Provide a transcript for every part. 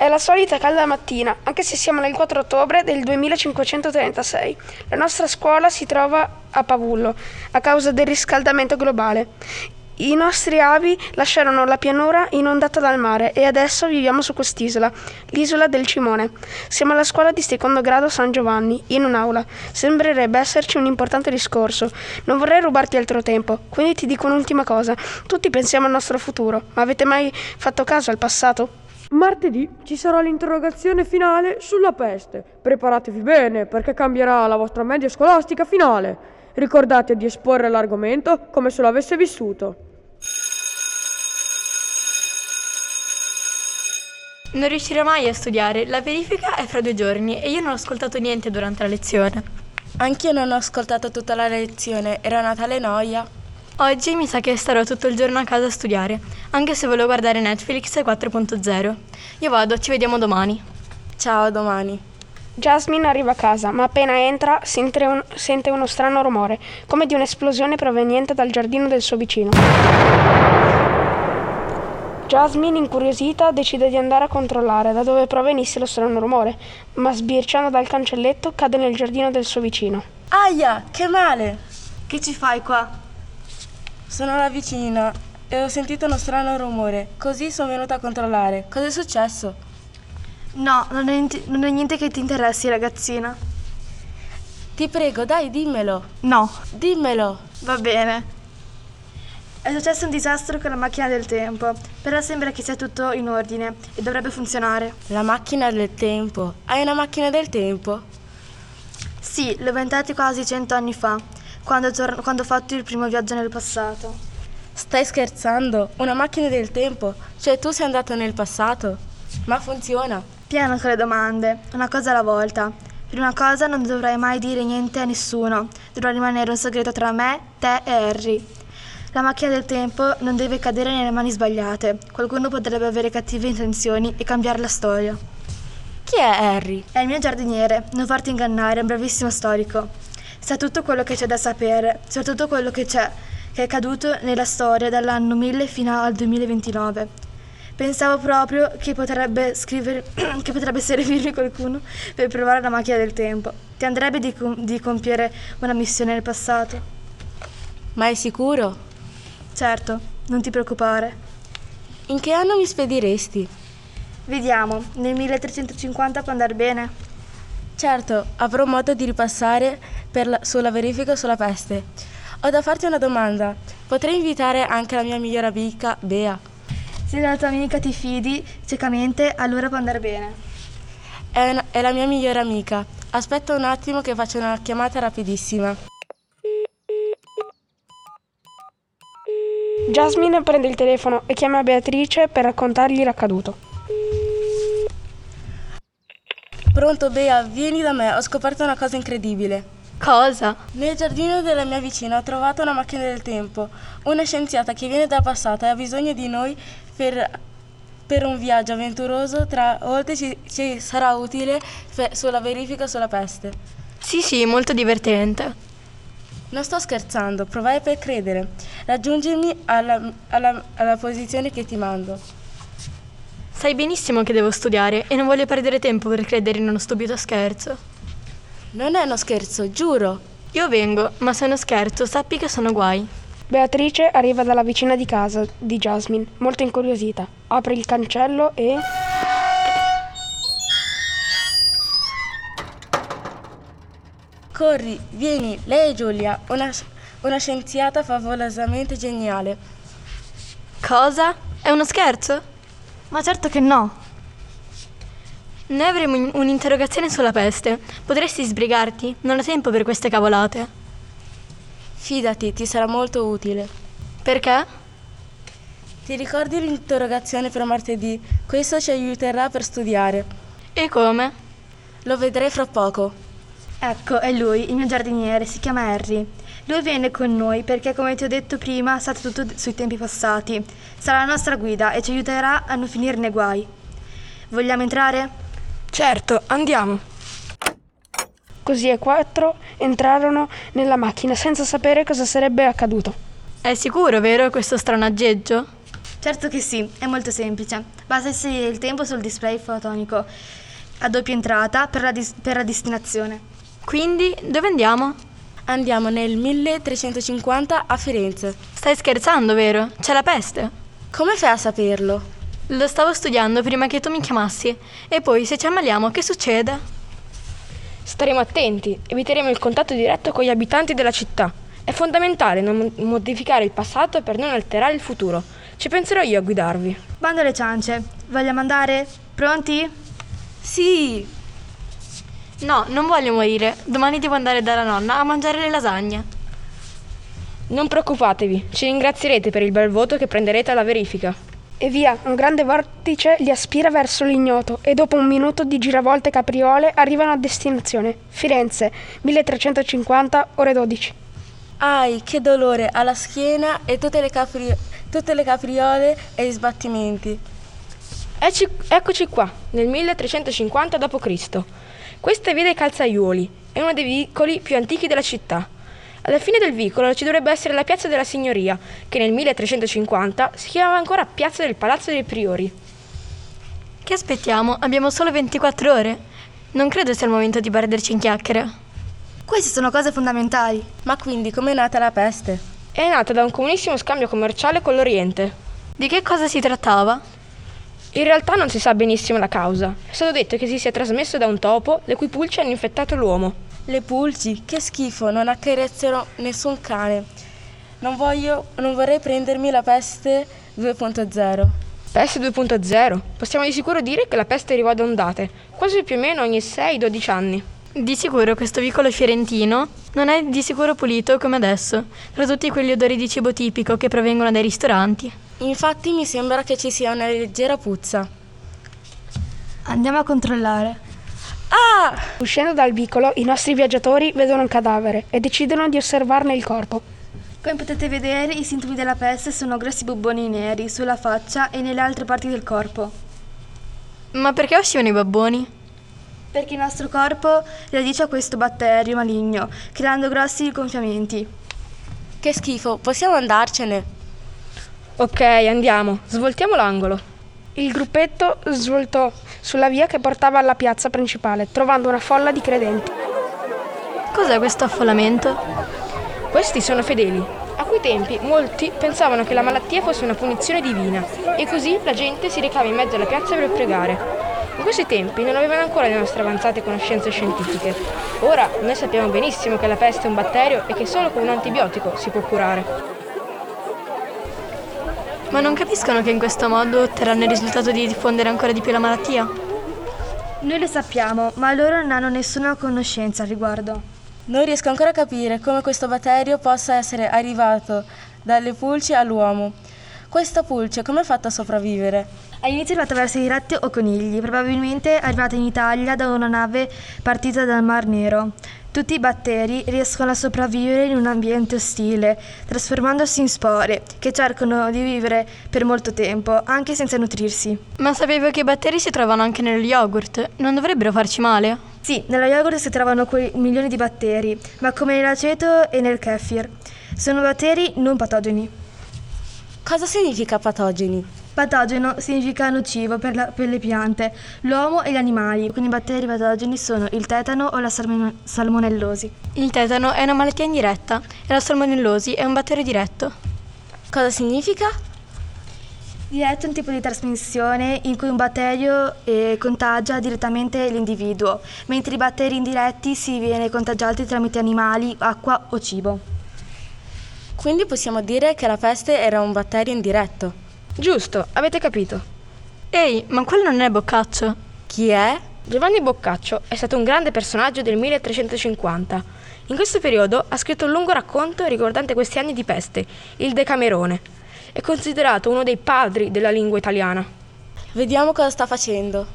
È la solita calda mattina, anche se siamo nel 4 ottobre del 2536. La nostra scuola si trova a Pavullo, a causa del riscaldamento globale. I nostri avi lasciarono la pianura inondata dal mare e adesso viviamo su quest'isola, l'isola del Cimone. Siamo alla scuola di secondo grado San Giovanni, in un'aula. Sembrerebbe esserci un importante discorso. Non vorrei rubarti altro tempo, quindi ti dico un'ultima cosa. Tutti pensiamo al nostro futuro, ma avete mai fatto caso al passato? Martedì ci sarà l'interrogazione finale sulla peste. Preparatevi bene perché cambierà la vostra media scolastica finale. Ricordate di esporre l'argomento come se lo avesse vissuto. Non riuscirò mai a studiare, la verifica è fra 2 giorni e io non ho ascoltato niente durante la lezione. Anch'io non ho ascoltato tutta la lezione, era una tale noia. Oggi mi sa che starò tutto il giorno a casa a studiare, anche se volevo guardare Netflix 4.0. Io vado, ci vediamo domani. Ciao, domani. Jasmine arriva a casa, ma appena entra sente uno strano rumore, come di un'esplosione proveniente dal giardino del suo vicino. Jasmine, incuriosita, decide di andare a controllare da dove provenisse lo strano rumore, ma sbirciando dal cancelletto cade nel giardino del suo vicino. Aia, che male! Che ci fai qua? Sono la vicina e ho sentito uno strano rumore, così sono venuta a controllare. Cos'è successo? No, non è niente che ti interessi, ragazzina. Ti prego, dai, dimmelo. No. Dimmelo. Va bene. È successo un disastro con la macchina del tempo, però sembra che sia tutto in ordine e dovrebbe funzionare. La macchina del tempo? Hai una macchina del tempo? Sì, l'ho inventata quasi 100 anni fa, quando ho fatto il primo viaggio nel passato. Stai scherzando? Una macchina del tempo? Cioè tu sei andato nel passato? Ma funziona? Piano con le domande, una cosa alla volta. Prima cosa, non dovrai mai dire niente a nessuno, dovrà rimanere un segreto tra me, te e Harry. La macchina del tempo non deve cadere nelle mani sbagliate. Qualcuno potrebbe avere cattive intenzioni e cambiare la storia. Chi è Harry? È il mio giardiniere, non farti ingannare, è un bravissimo storico. Sa tutto quello che c'è da sapere, soprattutto quello che è accaduto nella storia dall'anno 1000 fino al 2029. Pensavo proprio che potrebbe servirmi qualcuno per provare la macchina del tempo. Ti andrebbe di compiere una missione nel passato? Ma è sicuro? Certo, non ti preoccupare. In che anno mi spediresti? Vediamo, nel 1350 può andare bene? Certo, avrò modo di ripassare sulla verifica sulla peste. Ho da farti una domanda. Potrei invitare anche la mia migliore amica, Bea? Se della tua amica ti fidi ciecamente, allora può andare bene. È la mia migliore amica. Aspetta un attimo che faccio una chiamata rapidissima. Jasmine prende il telefono e chiama Beatrice per raccontargli l'accaduto. Pronto, Bea, vieni da me, ho scoperto una cosa incredibile. Cosa? Nel giardino della mia vicina ho trovato una macchina del tempo. Una scienziata che viene dal passato e ha bisogno di noi per un viaggio avventuroso tra volte ci sarà utile sulla verifica sulla peste. Sì, molto divertente. Non sto scherzando, provai per credere. Raggiungimi alla posizione che ti mando. Sai benissimo che devo studiare e non voglio perdere tempo per credere in uno stupido scherzo. Non è uno scherzo, giuro. Io vengo, ma se è uno scherzo, sappi che sono guai. Beatrice arriva dalla vicina di casa di Jasmine, molto incuriosita. Apre il cancello e... Corri, vieni, lei è Giulia, una scienziata favolosamente geniale. Cosa? È uno scherzo? Ma certo che no. Noi avremo un'interrogazione sulla peste. Potresti sbrigarti? Non ho tempo per queste cavolate. Fidati, ti sarà molto utile. Perché? Ti ricordi l'interrogazione per martedì? Questo ci aiuterà per studiare. E come? Lo vedrai fra poco. Ecco, è lui, il mio giardiniere, si chiama Harry. Lui viene con noi perché, come ti ho detto prima, sa tutto sui tempi passati. Sarà la nostra guida e ci aiuterà a non finire nei guai. Vogliamo entrare? Certo, andiamo. Così e 4 entrarono nella macchina senza sapere cosa sarebbe accaduto. È sicuro, vero, questo strano aggeggio? Certo che sì, è molto semplice. Basta inserire il tempo sul display fotonico a doppia entrata per la destinazione. Quindi, dove andiamo? Andiamo nel 1350 a Firenze. Stai scherzando, vero? C'è la peste? Come fai a saperlo? Lo stavo studiando prima che tu mi chiamassi. E poi, se ci ammaliamo, che succede? Staremo attenti, eviteremo il contatto diretto con gli abitanti della città. È fondamentale non modificare il passato per non alterare il futuro. Ci penserò io a guidarvi. Bando alle ciance. Vogliamo andare? Pronti? Sì! No, non voglio morire. Domani devo andare dalla nonna a mangiare le lasagne. Non preoccupatevi, ci ringrazierete per il bel voto che prenderete alla verifica. E via, un grande vortice li aspira verso l'ignoto e dopo un minuto di giravolte e capriole arrivano a destinazione. Firenze, 1350, ore 12. Ai, che dolore alla schiena e tutte le capriole e gli sbattimenti. Eccoci qua, nel 1350 d.C. Questa è via dei Calzaiuoli, è uno dei vicoli più antichi della città. Alla fine del vicolo ci dovrebbe essere la Piazza della Signoria, che nel 1350 si chiamava ancora Piazza del Palazzo dei Priori. Che aspettiamo? Abbiamo solo 24 ore. Non credo sia il momento di perderci in chiacchiere. Queste sono cose fondamentali. Ma quindi com'è nata la peste? È nata da un comunissimo scambio commerciale con l'Oriente. Di che cosa si trattava? In realtà non si sa benissimo la causa. È stato detto che si sia trasmesso da un topo le cui pulci hanno infettato l'uomo. Le pulci, che schifo, non accarezzerò nessun cane. Non vorrei prendermi la peste 2.0. Peste 2.0? Possiamo di sicuro dire che la peste arrivò ad ondate, quasi più o meno ogni 6-12 anni. Di sicuro questo vicolo fiorentino non è di sicuro pulito come adesso, tra tutti quegli odori di cibo tipico che provengono dai ristoranti. Infatti mi sembra che ci sia una leggera puzza. Andiamo a controllare. Ah! Uscendo dal vicolo, i nostri viaggiatori vedono un cadavere e decidono di osservarne il corpo. Come potete vedere, i sintomi della peste sono grossi bubboni neri sulla faccia e nelle altre parti del corpo. Ma perché uscivano i babboni? Perché il nostro corpo reagisce a questo batterio maligno, creando grossi gonfiamenti. Che schifo, possiamo andarcene? Ok, andiamo. Svoltiamo l'angolo. Il gruppetto svoltò sulla via che portava alla piazza principale, trovando una folla di credenti. Cos'è questo affollamento? Questi sono fedeli. A quei tempi molti pensavano che la malattia fosse una punizione divina e così la gente si recava in mezzo alla piazza per pregare. In questi tempi non avevano ancora le nostre avanzate conoscenze scientifiche. Ora noi sappiamo benissimo che la peste è un batterio e che solo con un antibiotico si può curare. Ma non capiscono che in questo modo otterranno il risultato di diffondere ancora di più la malattia? Noi lo sappiamo, ma loro non hanno nessuna conoscenza al riguardo. Non riesco ancora a capire come questo batterio possa essere arrivato dalle pulci all'uomo. Questa pulce come ha fatto a sopravvivere? All'inizio è arrivata verso i ratti o conigli, probabilmente è arrivata in Italia da una nave partita dal Mar Nero. Tutti i batteri riescono a sopravvivere in un ambiente ostile, trasformandosi in spore, che cercano di vivere per molto tempo, anche senza nutrirsi. Ma sapevo che i batteri si trovano anche nello yogurt. Non dovrebbero farci male? Sì, nello yogurt si trovano quei milioni di batteri, ma come nell'aceto e nel kefir. Sono batteri non patogeni. Cosa significa patogeni? Patogeno significa nocivo per le piante, l'uomo e gli animali. Alcuni batteri patogeni sono il tetano o la salmonellosi. Il tetano è una malattia indiretta e la salmonellosi è un batterio diretto. Cosa significa? Diretto è un tipo di trasmissione in cui un batterio contagia direttamente l'individuo, mentre i batteri indiretti si viene contagiati tramite animali, acqua o cibo. Quindi possiamo dire che la peste era un batterio indiretto. Giusto, avete capito. Ehi, ma quello non è Boccaccio? Chi è? Giovanni Boccaccio è stato un grande personaggio del 1350. In questo periodo ha scritto un lungo racconto riguardante questi anni di peste, il Decamerone. È considerato uno dei padri della lingua italiana. Vediamo cosa sta facendo.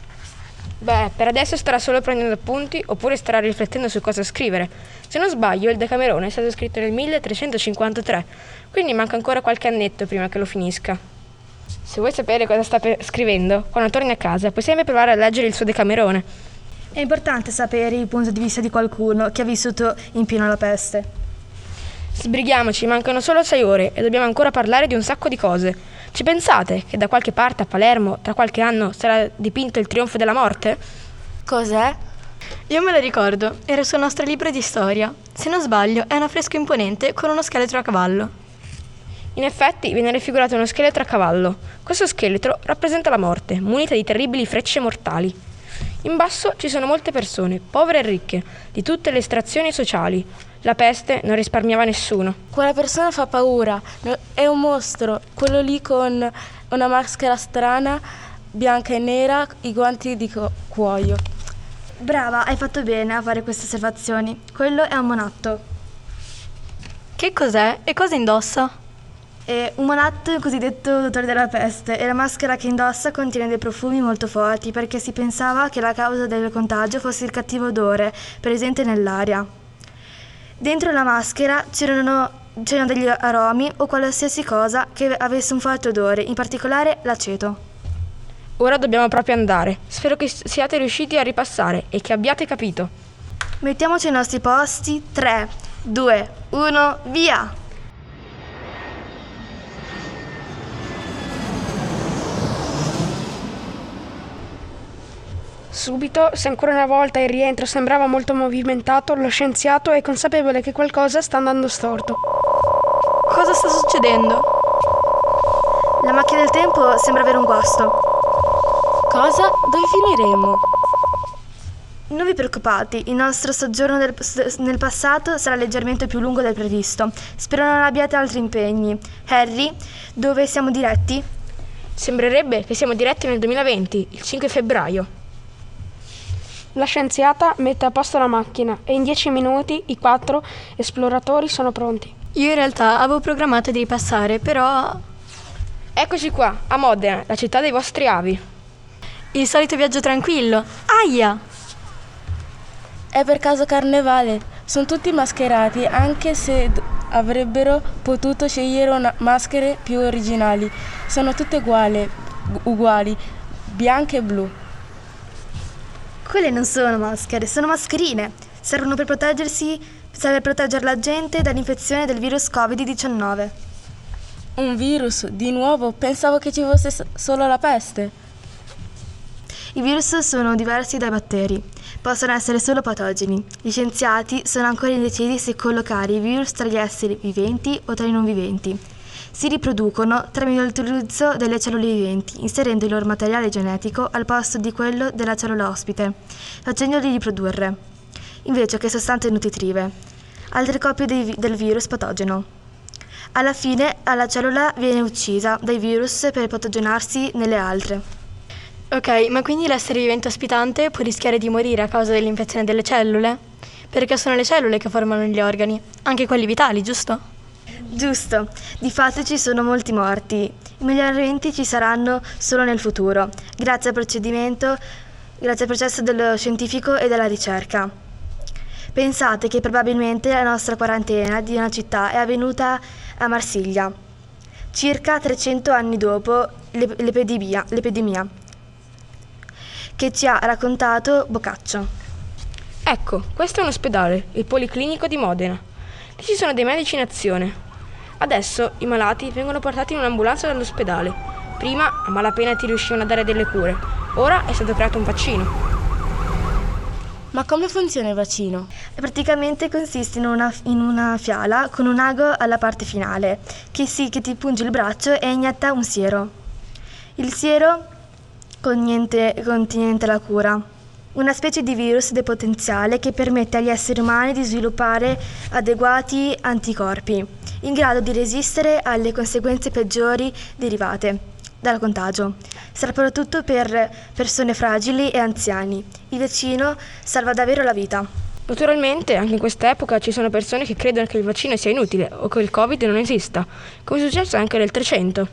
Beh, per adesso starà solo prendendo appunti oppure starà riflettendo su cosa scrivere. Se non sbaglio, il Decamerone è stato scritto nel 1353, quindi manca ancora qualche annetto prima che lo finisca. Se vuoi sapere cosa sta scrivendo, quando torni a casa puoi sempre provare a leggere il suo Decamerone. È importante sapere il punto di vista di qualcuno che ha vissuto in pieno la peste. Sbrighiamoci, mancano solo 6 ore e dobbiamo ancora parlare di un sacco di cose. Ci pensate che da qualche parte a Palermo tra qualche anno sarà dipinto il trionfo della morte? Cos'è? Io me lo ricordo, era sul nostro libro di storia. Se non sbaglio, è un affresco imponente con uno scheletro a cavallo. In effetti viene raffigurato uno scheletro a cavallo. Questo scheletro rappresenta la morte, munita di terribili frecce mortali. In basso ci sono molte persone, povere e ricche, di tutte le estrazioni sociali. La peste non risparmiava nessuno. Quella persona fa paura, è un mostro, quello lì con una maschera strana, bianca e nera, i guanti di cuoio. Brava, hai fatto bene a fare queste osservazioni. Quello è un monatto. Che cos'è e cosa indossa? È un monatto è il cosiddetto dottore della peste e la maschera che indossa contiene dei profumi molto forti perché si pensava che la causa del contagio fosse il cattivo odore presente nell'aria. Dentro la maschera c'erano degli aromi o qualsiasi cosa che avesse un forte odore, in particolare l'aceto. Ora dobbiamo proprio andare. Spero che siate riusciti a ripassare e che abbiate capito. Mettiamoci ai nostri posti. 3, 2, 1, via! Subito, se ancora una volta il rientro sembrava molto movimentato, lo scienziato è consapevole che qualcosa sta andando storto. Cosa sta succedendo? La macchina del tempo sembra avere un guasto. Cosa? Dove finiremo? Non vi preoccupate, il nostro soggiorno nel passato sarà leggermente più lungo del previsto. Spero non abbiate altri impegni. Harry, dove siamo diretti? Sembrerebbe che siamo diretti nel 2020, il 5 febbraio. La scienziata mette a posto la macchina e in 10 minuti i 4 esploratori sono pronti. Io in realtà avevo programmato di ripassare, però... Eccoci qua, a Modena, la città dei vostri avi. Il solito viaggio tranquillo. Aia! È per caso carnevale? Sono tutti mascherati, anche se avrebbero potuto scegliere maschere più originali. Sono tutte uguali, bianche e blu. Quelle non sono maschere, sono mascherine. Servono per proteggere la gente dall'infezione del virus Covid-19. Un virus? Di nuovo? Pensavo che ci fosse solo la peste. I virus sono diversi dai batteri. Possono essere solo patogeni. Gli scienziati sono ancora indecisi se collocare i virus tra gli esseri viventi o tra i non viventi. Si riproducono tramite l'utilizzo delle cellule viventi, inserendo il loro materiale genetico al posto di quello della cellula ospite, facendoli riprodurre, invece che sostanze nutritive, altre copie del virus patogeno. Alla fine, la cellula viene uccisa dai virus per patogenarsi nelle altre. Ok, ma quindi l'essere vivente ospitante può rischiare di morire a causa dell'infezione delle cellule? Perché sono le cellule che formano gli organi, anche quelli vitali, giusto? Giusto, di fatto ci sono molti morti. I miglioramenti ci saranno solo nel futuro, grazie al processo dello scientifico e della ricerca. Pensate che probabilmente la nostra quarantena di una città è avvenuta a Marsiglia, circa 300 anni dopo l'epidemia che ci ha raccontato Boccaccio. Ecco, questo è un ospedale, il Policlinico di Modena. Lì ci sono dei medici in azione. Adesso i malati vengono portati in un'ambulanza dall'ospedale. Prima a malapena ti riuscivano a dare delle cure. Ora è stato creato un vaccino. Ma come funziona il vaccino? Praticamente consiste in una fiala con un ago alla parte finale che ti punge il braccio e inietta un siero. Il siero contiene la cura, una specie di virus depotenziale che permette agli esseri umani di sviluppare adeguati anticorpi, in grado di resistere alle conseguenze peggiori derivate dal contagio, soprattutto per persone fragili e anziani. Il vaccino salva davvero la vita. Naturalmente, anche in questa epoca ci sono persone che credono che il vaccino sia inutile o che il Covid non esista, come è successo anche nel 300.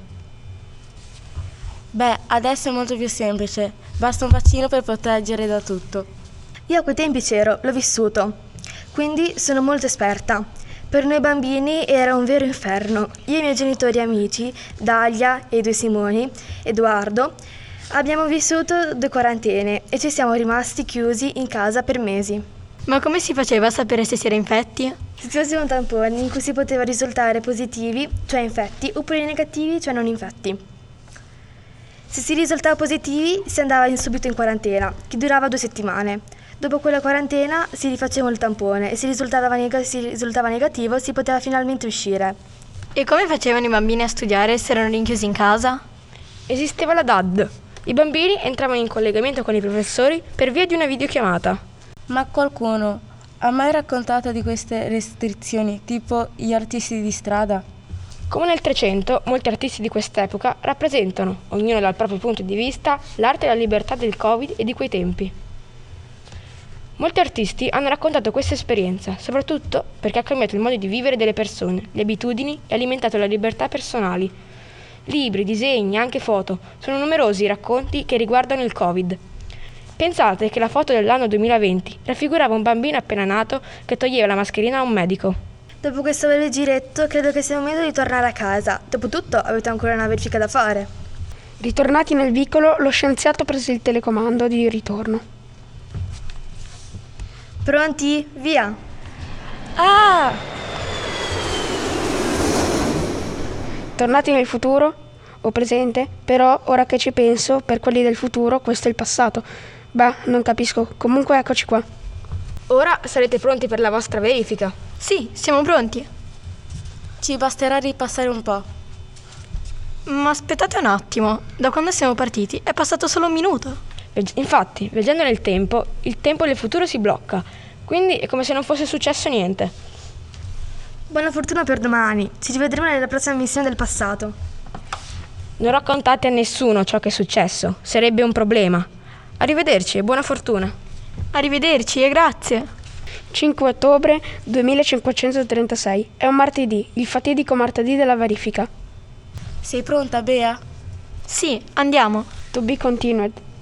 Beh, adesso è molto più semplice. Basta un vaccino per proteggere da tutto. Io a quei tempi c'ero, l'ho vissuto, quindi sono molto esperta. Per noi bambini era un vero inferno. Io e i miei genitori e amici, Dalia e i due Simoni, Edoardo, abbiamo vissuto 2 quarantene e ci siamo rimasti chiusi in casa per mesi. Ma come si faceva a sapere se si era infetti? Si facevano tamponi in cui si poteva risultare positivi, cioè infetti, oppure negativi, cioè non infetti. Se si risultava positivi si andava subito in quarantena, che durava 2 settimane. Dopo quella quarantena si rifaceva il tampone e se risultava negativo si poteva finalmente uscire. E come facevano i bambini a studiare se erano rinchiusi in casa? Esisteva la DAD. I bambini entravano in collegamento con i professori per via di una videochiamata. Ma qualcuno ha mai raccontato di queste restrizioni, tipo gli artisti di strada? Come nel 300, molti artisti di quest'epoca rappresentano, ognuno dal proprio punto di vista, l'arte e la libertà del Covid e di quei tempi. Molti artisti hanno raccontato questa esperienza, soprattutto perché ha cambiato il modo di vivere delle persone, le abitudini e alimentato le libertà personali. Libri, disegni, anche foto, sono numerosi i racconti che riguardano il Covid. Pensate che la foto dell'anno 2020 raffigurava un bambino appena nato che toglieva la mascherina a un medico. Dopo questo breve giretto credo che sia il momento di tornare a casa. Dopotutto avete ancora una verifica da fare. Ritornati nel vicolo, lo scienziato prese il telecomando di ritorno. Pronti? Via! Ah! Tornati nel futuro o presente, però ora che ci penso, per quelli del futuro questo è il passato. Bah, non capisco. Comunque eccoci qua. Ora sarete pronti per la vostra verifica. Sì, siamo pronti. Ci basterà ripassare un po'. Ma aspettate un attimo, da quando siamo partiti è passato solo un minuto. Infatti, viaggiando nel tempo, il tempo del futuro si blocca, quindi è come se non fosse successo niente. Buona fortuna per domani. Ci rivedremo nella prossima missione del passato. Non raccontate a nessuno ciò che è successo, sarebbe un problema. Arrivederci e buona fortuna. Arrivederci e grazie. 5 ottobre 2536. È un martedì, il fatidico martedì della verifica. Sei pronta, Bea? Sì, andiamo. To be continued.